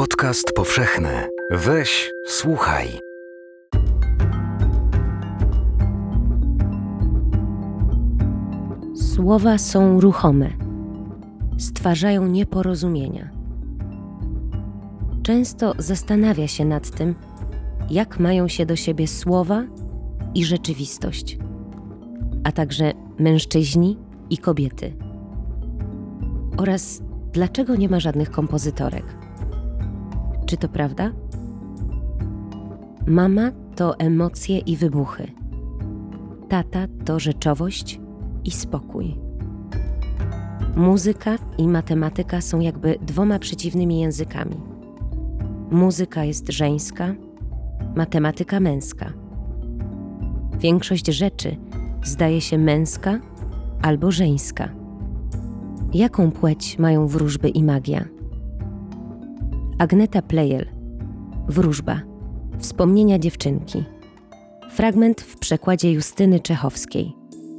Podcast powszechny. Weź, słuchaj. Słowa są ruchome. Stwarzają nieporozumienia. Często zastanawia się nad tym, jak mają się do siebie słowa i rzeczywistość, a także mężczyźni i kobiety. Oraz dlaczego nie ma żadnych kompozytorek. Czy to prawda? Mama to emocje i wybuchy. Tata to rzeczowość i spokój. Muzyka i matematyka są jakby dwoma przeciwnymi językami. Muzyka jest żeńska, matematyka męska. Większość rzeczy zdaje się męska albo żeńska. Jaką płeć mają wróżby i magia? Agneta Plejel. Wróżba. Wspomnienia dziewczynki. Fragment w przekładzie Justyny Czechowskiej.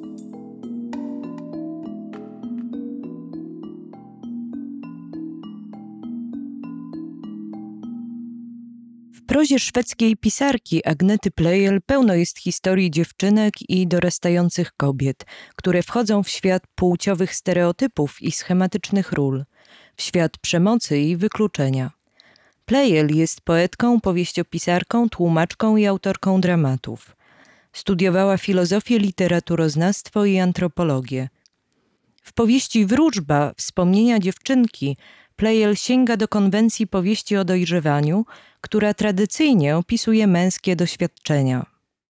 W prozie szwedzkiej pisarki Agnety Plejel pełno jest historii dziewczynek i dorastających kobiet, które wchodzą w świat płciowych stereotypów i schematycznych ról, w świat przemocy i wykluczenia. Plejel jest poetką, powieściopisarką, tłumaczką i autorką dramatów. Studiowała filozofię, literaturoznawstwo i antropologię. W powieści Wróżba, wspomnienia dziewczynki, Plejel sięga do konwencji powieści o dojrzewaniu, która tradycyjnie opisuje męskie doświadczenia.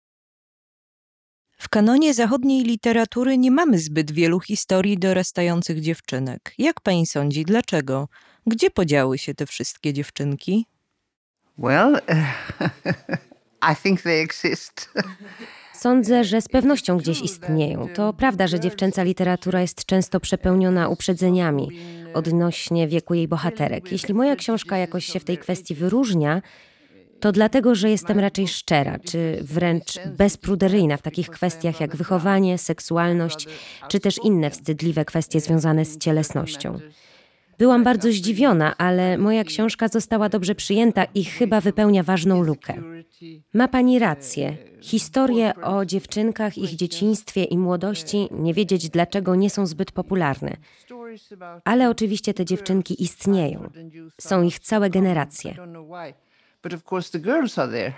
W kanonie zachodniej literatury nie mamy zbyt wielu historii dorastających dziewczynek. Jak pani sądzi, dlaczego? Gdzie podziały się te wszystkie dziewczynki? Well, I think they exist. Sądzę, że z pewnością gdzieś istnieją. To prawda, że dziewczęca literatura jest często przepełniona uprzedzeniami odnośnie wieku jej bohaterek. Jeśli moja książka jakoś się w tej kwestii wyróżnia, to dlatego, że jestem raczej szczera, czy wręcz bezpruderyjna w takich kwestiach jak wychowanie, seksualność, czy też inne wstydliwe kwestie związane z cielesnością. Byłam bardzo zdziwiona, ale moja książka została dobrze przyjęta i chyba wypełnia ważną lukę. Ma pani rację. Historie o dziewczynkach, ich dzieciństwie i młodości, nie wiedzieć dlaczego, nie są zbyt popularne. Ale oczywiście te dziewczynki istnieją. Są ich całe generacje. But of course the girls are there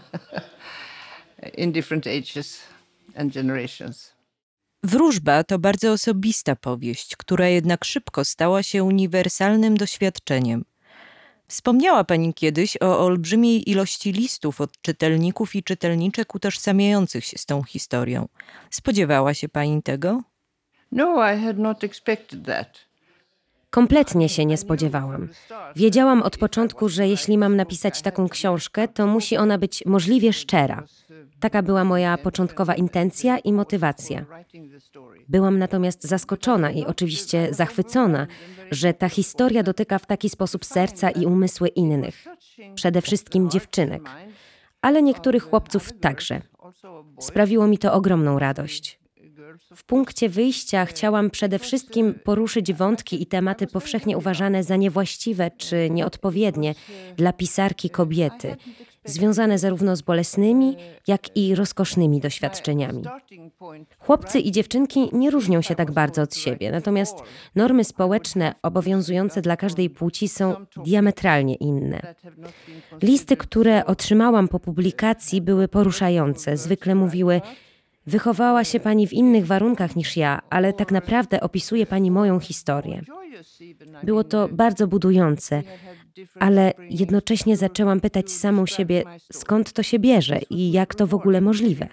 in different ages and generations. Wróżba to bardzo osobista powieść, która jednak szybko stała się uniwersalnym doświadczeniem. Wspomniała pani kiedyś o olbrzymiej ilości listów od czytelników i czytelniczek utożsamiających się z tą historią. Spodziewała się pani tego? No, I had not expected that. Kompletnie się nie spodziewałam. Wiedziałam od początku, że jeśli mam napisać taką książkę, to musi ona być możliwie szczera. Taka była moja początkowa intencja i motywacja. Byłam natomiast zaskoczona i oczywiście zachwycona, że ta historia dotyka w taki sposób serca i umysły innych. Przede wszystkim dziewczynek, ale niektórych chłopców także. Sprawiło mi to ogromną radość. W punkcie wyjścia chciałam przede wszystkim poruszyć wątki i tematy powszechnie uważane za niewłaściwe czy nieodpowiednie dla pisarki kobiety, związane zarówno z bolesnymi, jak i rozkosznymi doświadczeniami. Chłopcy i dziewczynki nie różnią się tak bardzo od siebie, natomiast normy społeczne obowiązujące dla każdej płci są diametralnie inne. Listy, które otrzymałam po publikacji, były poruszające. Zwykle mówiły: wychowała się pani w innych warunkach niż ja, ale tak naprawdę opisuje pani moją historię. Było to bardzo budujące, ale jednocześnie zaczęłam pytać samą siebie, skąd to się bierze i jak to w ogóle możliwe.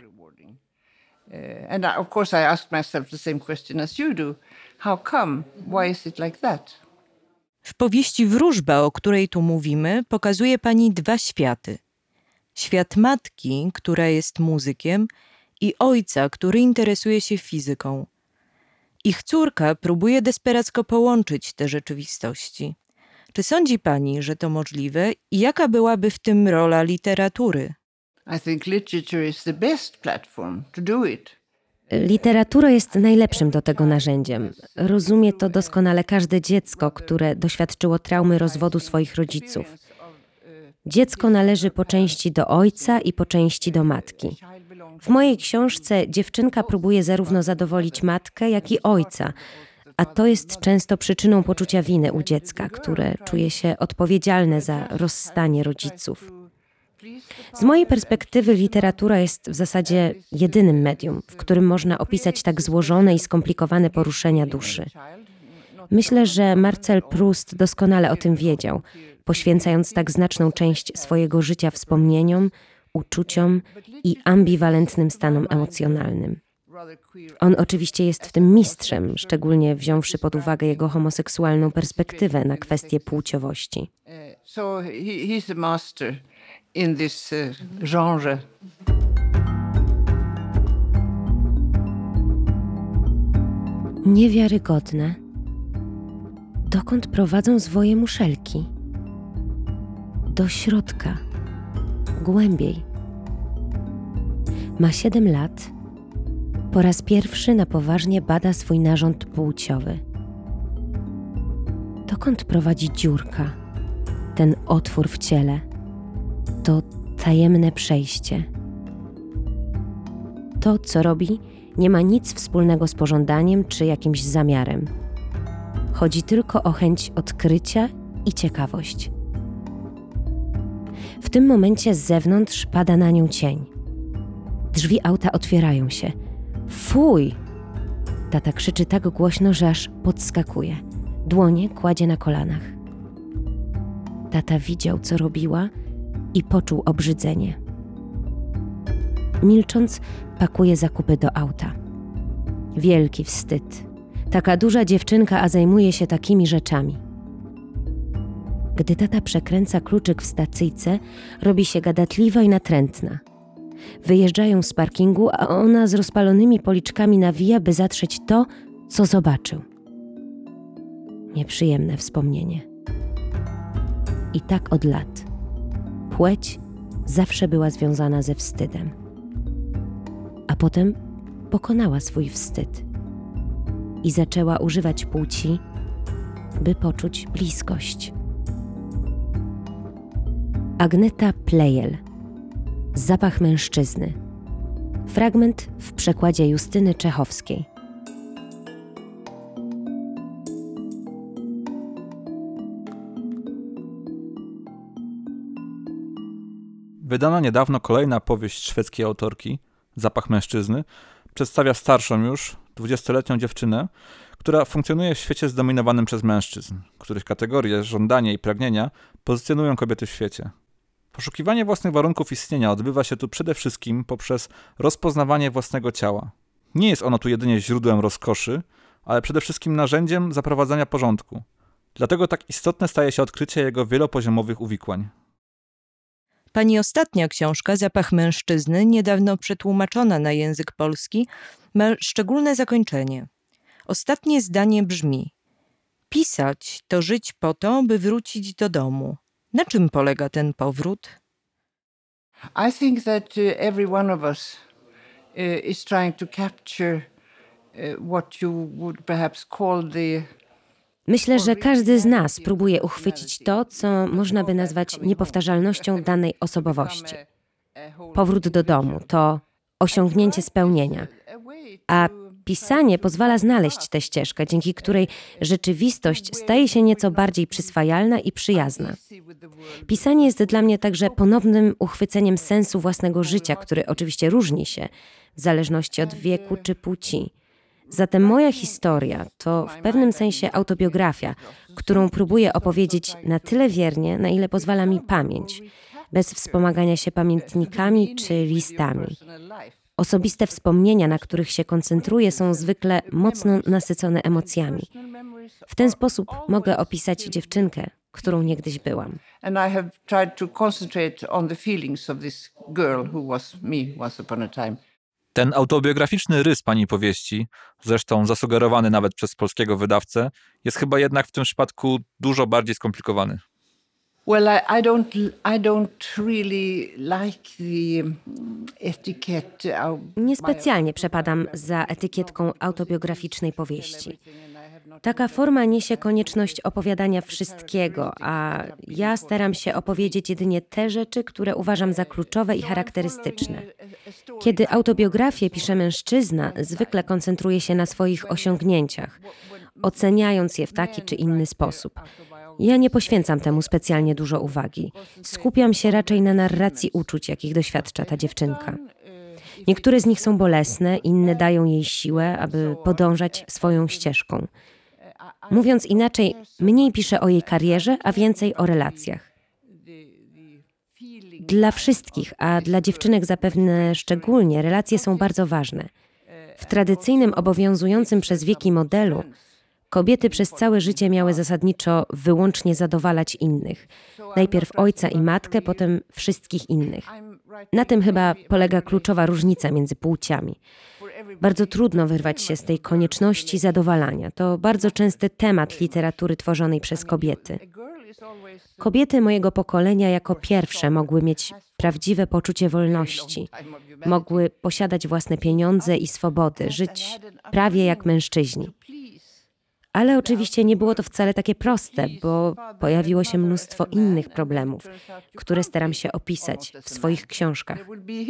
And of course I asked myself the same question as you do. How come? Why is it like that? W powieści Wróżba, o której tu mówimy, pokazuje pani dwa światy. Świat matki, która jest muzykiem, i ojca, który interesuje się fizyką. Ich córka próbuje desperacko połączyć te rzeczywistości. Czy sądzi pani, że to możliwe i jaka byłaby w tym rola literatury? I think literature is the best platform to do it. Literatura jest najlepszym do tego narzędziem. Rozumie to doskonale każde dziecko, które doświadczyło traumy rozwodu swoich rodziców. Dziecko należy po części do ojca i po części do matki. W mojej książce dziewczynka próbuje zarówno zadowolić matkę, jak i ojca, a to jest często przyczyną poczucia winy u dziecka, które czuje się odpowiedzialne za rozstanie rodziców. Z mojej perspektywy literatura jest w zasadzie jedynym medium, w którym można opisać tak złożone i skomplikowane poruszenia duszy. Myślę, że Marcel Proust doskonale o tym wiedział, poświęcając tak znaczną część swojego życia wspomnieniom, uczuciom i ambiwalentnym stanom emocjonalnym. On oczywiście jest w tym mistrzem, szczególnie wziąwszy pod uwagę jego homoseksualną perspektywę na kwestię płciowości. So he's a master in this genre. Niewiarygodne. Dokąd prowadzą zwoje muszelki? Do środka. Głębiej. Ma 7 lat. Po raz pierwszy na poważnie bada swój narząd płciowy. Dokąd prowadzi dziurka? Ten otwór w ciele. To tajemne przejście. To, co robi, nie ma nic wspólnego z pożądaniem czy jakimś zamiarem. Chodzi tylko o chęć odkrycia i ciekawość. W tym momencie z zewnątrz pada na nią cień. Drzwi auta otwierają się. Fuj! Tata krzyczy tak głośno, że aż podskakuje. Dłonie kładzie na kolanach. Tata widział, co robiła i poczuł obrzydzenie. Milcząc, pakuje zakupy do auta. Wielki wstyd. Taka duża dziewczynka, a zajmuje się takimi rzeczami. Gdy tata przekręca kluczyk w stacyjce, robi się gadatliwa i natrętna. Wyjeżdżają z parkingu, a ona z rozpalonymi policzkami nawija, by zatrzeć to, co zobaczył. Nieprzyjemne wspomnienie. I tak od lat. Płeć zawsze była związana ze wstydem. A potem pokonała swój wstyd i zaczęła używać płci, by poczuć bliskość. Agneta Pleyel. Zapach mężczyzny. Fragment w przekładzie Justyny Czechowskiej. Wydana niedawno kolejna powieść szwedzkiej autorki, Zapach mężczyzny, przedstawia starszą już, 20-letnią dziewczynę, która funkcjonuje w świecie zdominowanym przez mężczyzn, których kategorie żądania i pragnienia pozycjonują kobiety w świecie. Poszukiwanie własnych warunków istnienia odbywa się tu przede wszystkim poprzez rozpoznawanie własnego ciała. Nie jest ono tu jedynie źródłem rozkoszy, ale przede wszystkim narzędziem zaprowadzania porządku. Dlatego tak istotne staje się odkrycie jego wielopoziomowych uwikłań. Pani ostatnia książka, Zapach mężczyzny, niedawno przetłumaczona na język polski, ma szczególne zakończenie. Ostatnie zdanie brzmi: pisać to żyć po to, by wrócić do domu. Na czym polega ten powrót? I think that every one of us is trying to capture what you would perhaps call the... Myślę, że każdy z nas próbuje uchwycić to, co można by nazwać niepowtarzalnością danej osobowości. Powrót do domu to osiągnięcie spełnienia, a pisanie pozwala znaleźć tę ścieżkę, dzięki której rzeczywistość staje się nieco bardziej przyswajalna i przyjazna. Pisanie jest dla mnie także ponownym uchwyceniem sensu własnego życia, który oczywiście różni się w zależności od wieku czy płci. Zatem moja historia to w pewnym sensie autobiografia, którą próbuję opowiedzieć na tyle wiernie, na ile pozwala mi pamięć, bez wspomagania się pamiętnikami czy listami. Osobiste wspomnienia, na których się koncentruję, są zwykle mocno nasycone emocjami. W ten sposób mogę opisać dziewczynkę, którą niegdyś byłam. And I have tried to concentrate on the feelings of this girl who was me once upon a time. Ten autobiograficzny rys pani powieści, zresztą zasugerowany nawet przez polskiego wydawcę, jest chyba jednak w tym przypadku dużo bardziej skomplikowany. Well, I don't really like the etiquette. Niespecjalnie przepadam za etykietką autobiograficznej powieści. Taka forma niesie konieczność opowiadania wszystkiego, a ja staram się opowiedzieć jedynie te rzeczy, które uważam za kluczowe i charakterystyczne. Kiedy autobiografię pisze mężczyzna, zwykle koncentruje się na swoich osiągnięciach, oceniając je w taki czy inny sposób. Ja nie poświęcam temu specjalnie dużo uwagi. Skupiam się raczej na narracji uczuć, jakich doświadcza ta dziewczynka. Niektóre z nich są bolesne, inne dają jej siłę, aby podążać swoją ścieżką. Mówiąc inaczej, mniej piszę o jej karierze, a więcej o relacjach. Dla wszystkich, a dla dziewczynek zapewne szczególnie, relacje są bardzo ważne. W tradycyjnym, obowiązującym przez wieki modelu kobiety przez całe życie miały zasadniczo wyłącznie zadowalać innych. Najpierw ojca i matkę, potem wszystkich innych. Na tym chyba polega kluczowa różnica między płciami. Bardzo trudno wyrwać się z tej konieczności zadowalania. To bardzo częsty temat literatury tworzonej przez kobiety. Kobiety mojego pokolenia jako pierwsze mogły mieć prawdziwe poczucie wolności. Mogły posiadać własne pieniądze i swobody, żyć prawie jak mężczyźni. Ale oczywiście nie było to wcale takie proste, bo pojawiło się mnóstwo innych problemów, które staram się opisać w swoich książkach.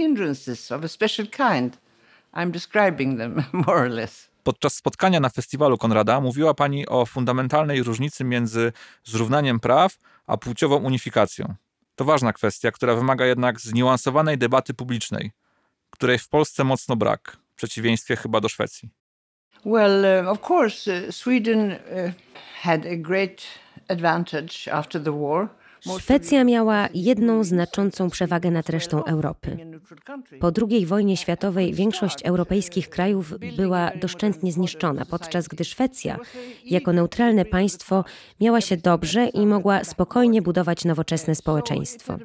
Podczas spotkania na festiwalu Konrada mówiła pani o fundamentalnej różnicy między zrównaniem praw a płciową unifikacją. To ważna kwestia, która wymaga jednak zniuansowanej debaty publicznej, której w Polsce mocno brak, w przeciwieństwie chyba do Szwecji. Well, of course, Sweden had a great advantage after the war. Szwecja miała jedną znaczącą przewagę nad resztą Europy. Po II wojnie światowej większość europejskich krajów była doszczętnie zniszczona, podczas gdy Szwecja, jako neutralne państwo, miała się dobrze i mogła spokojnie budować nowoczesne społeczeństwo.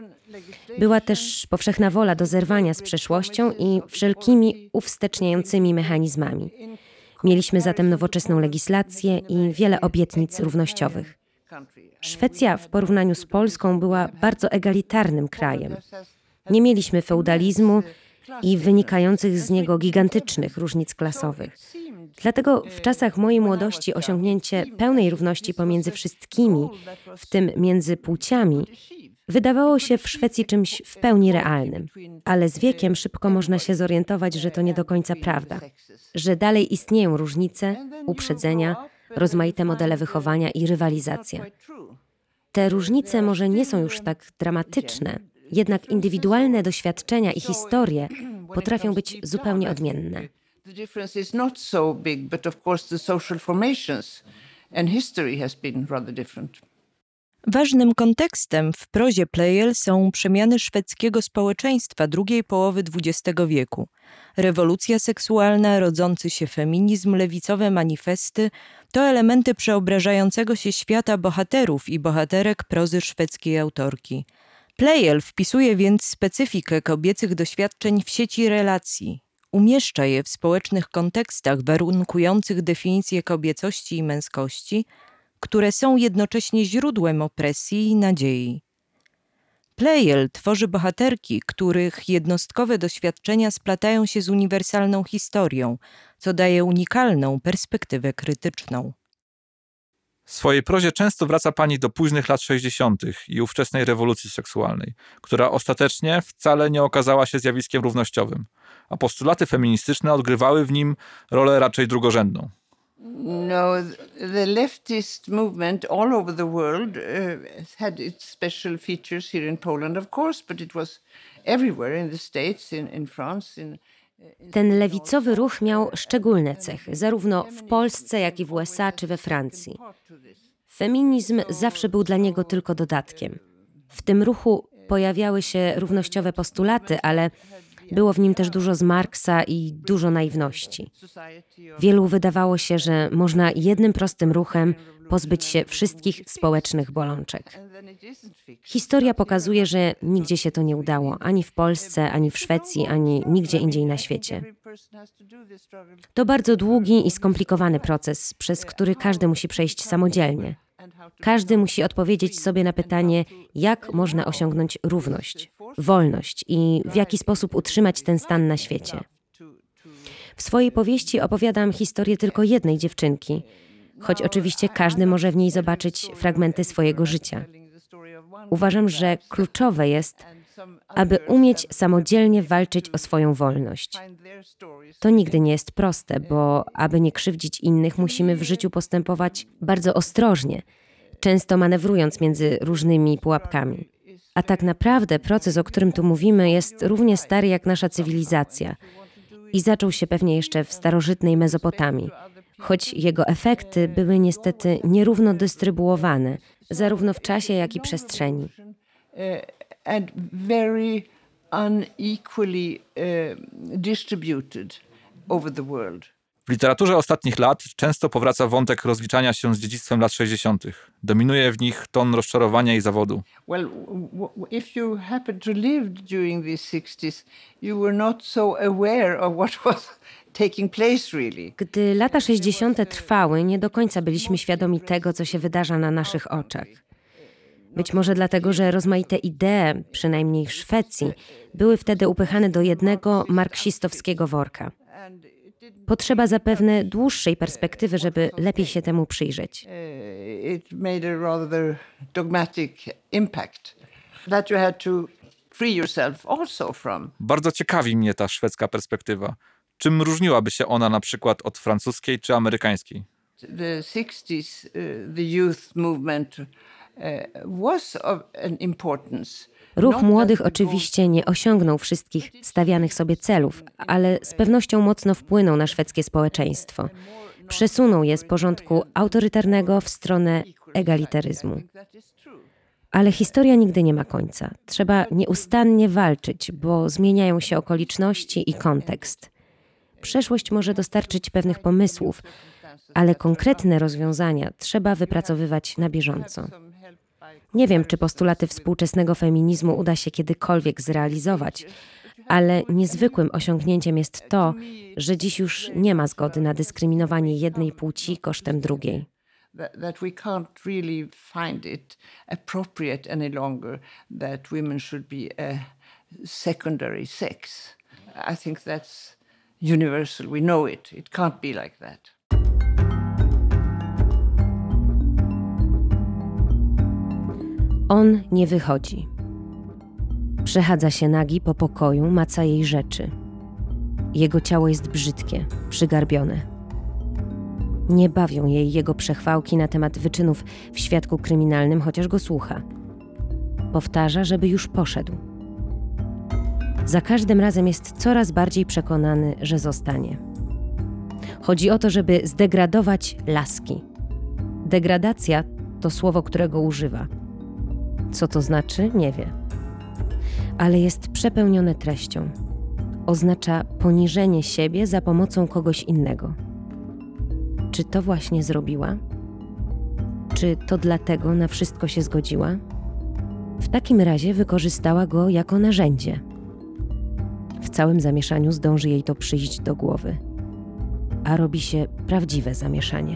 Była też powszechna wola do zerwania z przeszłością i wszelkimi uwsteczniającymi mechanizmami. Mieliśmy zatem nowoczesną legislację i wiele obietnic równościowych. Szwecja w porównaniu z Polską była bardzo egalitarnym krajem. Nie mieliśmy feudalizmu i wynikających z niego gigantycznych różnic klasowych. Dlatego w czasach mojej młodości osiągnięcie pełnej równości pomiędzy wszystkimi, w tym między płciami, wydawało się w Szwecji czymś w pełni realnym. Ale z wiekiem szybko można się zorientować, że to nie do końca prawda. Że dalej istnieją różnice, uprzedzenia, rozmaite modele wychowania i rywalizacja. Te różnice może nie są już tak dramatyczne, jednak indywidualne doświadczenia i historie potrafią być zupełnie odmienne. The difference is not so big, but of course the social formations and history has been rather different. Ważnym kontekstem w prozie Pleyel są przemiany szwedzkiego społeczeństwa drugiej połowy XX wieku. Rewolucja seksualna, rodzący się feminizm, lewicowe manifesty to elementy przeobrażającego się świata bohaterów i bohaterek prozy szwedzkiej autorki. Pleyel wpisuje więc specyfikę kobiecych doświadczeń w sieci relacji. Umieszcza je w społecznych kontekstach warunkujących definicję kobiecości i męskości, które są jednocześnie źródłem opresji i nadziei. Pleyel tworzy bohaterki, których jednostkowe doświadczenia splatają się z uniwersalną historią, co daje unikalną perspektywę krytyczną. W swojej prozie często wraca pani do późnych lat 60. i ówczesnej rewolucji seksualnej, która ostatecznie wcale nie okazała się zjawiskiem równościowym, a postulaty feministyczne odgrywały w nim rolę raczej drugorzędną. No, the leftist movement all over the world had its special features here in Poland, of course, but it was everywhere in the States, in France. Ten lewicowy ruch miał szczególne cechy, zarówno w Polsce, jak i w USA czy we Francji. Feminizm zawsze był dla niego tylko dodatkiem. W tym ruchu pojawiały się równościowe postulaty, ale było w nim też dużo z Marksa i dużo naiwności. Wielu wydawało się, że można jednym prostym ruchem pozbyć się wszystkich społecznych bolączek. Historia pokazuje, że nigdzie się to nie udało, ani w Polsce, ani w Szwecji, ani nigdzie indziej na świecie. To bardzo długi i skomplikowany proces, przez który każdy musi przejść samodzielnie. Każdy musi odpowiedzieć sobie na pytanie, jak można osiągnąć równość, wolność i w jaki sposób utrzymać ten stan na świecie. W swojej powieści opowiadam historię tylko jednej dziewczynki, choć oczywiście każdy może w niej zobaczyć fragmenty swojego życia. Uważam, że kluczowe jest, aby umieć samodzielnie walczyć o swoją wolność. To nigdy nie jest proste, bo aby nie krzywdzić innych, musimy w życiu postępować bardzo ostrożnie, często manewrując między różnymi pułapkami. A tak naprawdę proces, o którym tu mówimy, jest równie stary jak nasza cywilizacja i zaczął się pewnie jeszcze w starożytnej Mezopotamii, choć jego efekty były niestety nierówno dystrybuowane, zarówno w czasie, jak i przestrzeni. And very unequally distributed over the world. W literaturze ostatnich lat często powraca wątek rozliczania się z dziedzictwem lat 60. Dominuje w nich ton rozczarowania i zawodu. Well, if you happened to live during the 60s, you were not so aware of what was taking place really. Gdy lata 60. trwały, nie do końca byliśmy świadomi tego, co się wydarza na naszych oczach. Być może dlatego, że rozmaite idee, przynajmniej w Szwecji, były wtedy upychane do jednego marksistowskiego worka. Potrzeba zapewne dłuższej perspektywy, żeby lepiej się temu przyjrzeć. It made a rather dogmatic impact that you had to free yourself also from. Bardzo ciekawi mnie ta szwedzka perspektywa. Czym różniłaby się ona na przykład od francuskiej czy amerykańskiej? The 60s, the youth movement was of an importance. Ruch młodych oczywiście nie osiągnął wszystkich stawianych sobie celów, ale z pewnością mocno wpłynął na szwedzkie społeczeństwo. Przesunął je z porządku autorytarnego w stronę egalitaryzmu. Ale historia nigdy nie ma końca. Trzeba nieustannie walczyć, bo zmieniają się okoliczności i kontekst. Przeszłość może dostarczyć pewnych pomysłów, ale konkretne rozwiązania trzeba wypracowywać na bieżąco. Nie wiem, czy postulaty współczesnego feminizmu uda się kiedykolwiek zrealizować, ale niezwykłym osiągnięciem jest to, że dziś już nie ma zgody na dyskryminowanie jednej płci kosztem drugiej. That we can't really find it appropriate any longer that women should be a secondary sex. I think that's universal. We know it. It can't be like that. On nie wychodzi. Przechadza się nagi po pokoju, maca jej rzeczy. Jego ciało jest brzydkie, przygarbione. Nie bawią jej jego przechwałki na temat wyczynów w świadku kryminalnym, chociaż go słucha. Powtarza, żeby już poszedł. Za każdym razem jest coraz bardziej przekonany, że zostanie. Chodzi o to, żeby zdegradować laski. Degradacja to słowo, którego używa. Co to znaczy? Nie wie. Ale jest przepełnione treścią. Oznacza poniżenie siebie za pomocą kogoś innego. Czy to właśnie zrobiła? Czy to dlatego na wszystko się zgodziła? W takim razie wykorzystała go jako narzędzie. W całym zamieszaniu zdąży jej to przyjść do głowy. A robi się prawdziwe zamieszanie.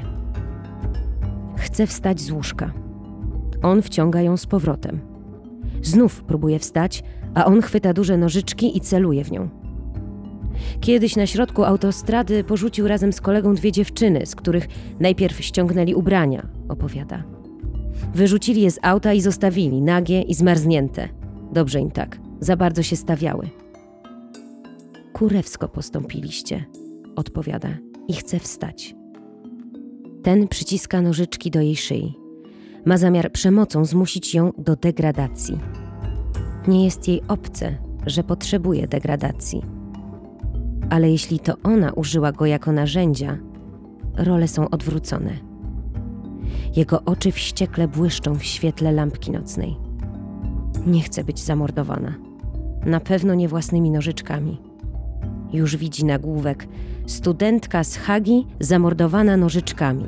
Chce wstać z łóżka. On wciąga ją z powrotem. Znów próbuje wstać, a on chwyta duże nożyczki i celuje w nią. Kiedyś na środku autostrady porzucił razem z kolegą 2 dziewczyny, z których najpierw ściągnęli ubrania, opowiada. Wyrzucili je z auta i zostawili, nagie i zmarznięte. Dobrze im tak, za bardzo się stawiały. Kurewsko postąpiliście, odpowiada i chce wstać. Ten przyciska nożyczki do jej szyi. Ma zamiar przemocą zmusić ją do degradacji. Nie jest jej obce, że potrzebuje degradacji. Ale jeśli to ona użyła go jako narzędzia, role są odwrócone. Jego oczy wściekle błyszczą w świetle lampki nocnej. Nie chce być zamordowana. Na pewno nie własnymi nożyczkami. Już widzi nagłówek: studentka z Hagi zamordowana nożyczkami.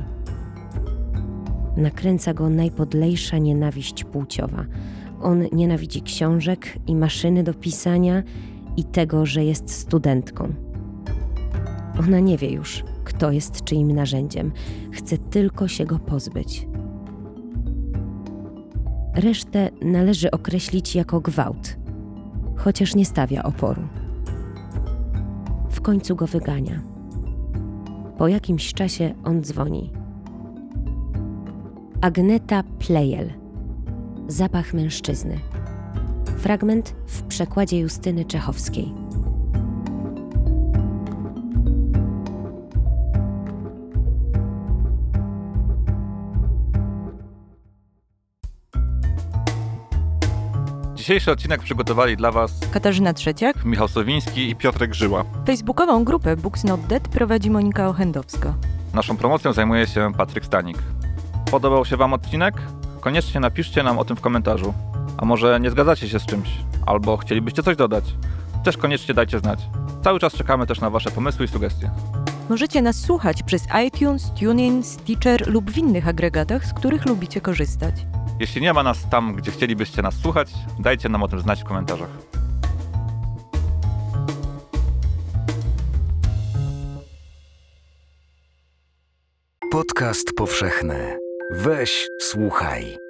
Nakręca go najpodlejsza nienawiść płciowa. On nienawidzi książek i maszyny do pisania i tego, że jest studentką. Ona nie wie już, kto jest czyim narzędziem. Chce tylko się go pozbyć. Resztę należy określić jako gwałt, chociaż nie stawia oporu. W końcu go wygania. Po jakimś czasie on dzwoni. Agneta Pleyel. Zapach mężczyzny. Fragment w przekładzie Justyny Czechowskiej. Dzisiejszy odcinek przygotowali dla Was Katarzyna Trzeciak. Michał Sowiński i Piotrek Żyła. Facebookową grupę Books Not Dead prowadzi Monika Ochendowska. Naszą promocją zajmuje się Patryk Stanik. Podobał się Wam odcinek? Koniecznie napiszcie nam o tym w komentarzu. A może nie zgadzacie się z czymś? Albo chcielibyście coś dodać? Też koniecznie dajcie znać. Cały czas czekamy też na Wasze pomysły i sugestie. Możecie nas słuchać przez iTunes, TuneIn, Stitcher lub w innych agregatach, z których lubicie korzystać. Jeśli nie ma nas tam, gdzie chcielibyście nas słuchać, dajcie nam o tym znać w komentarzach. Podcast powszechny. Weź, słuchaj.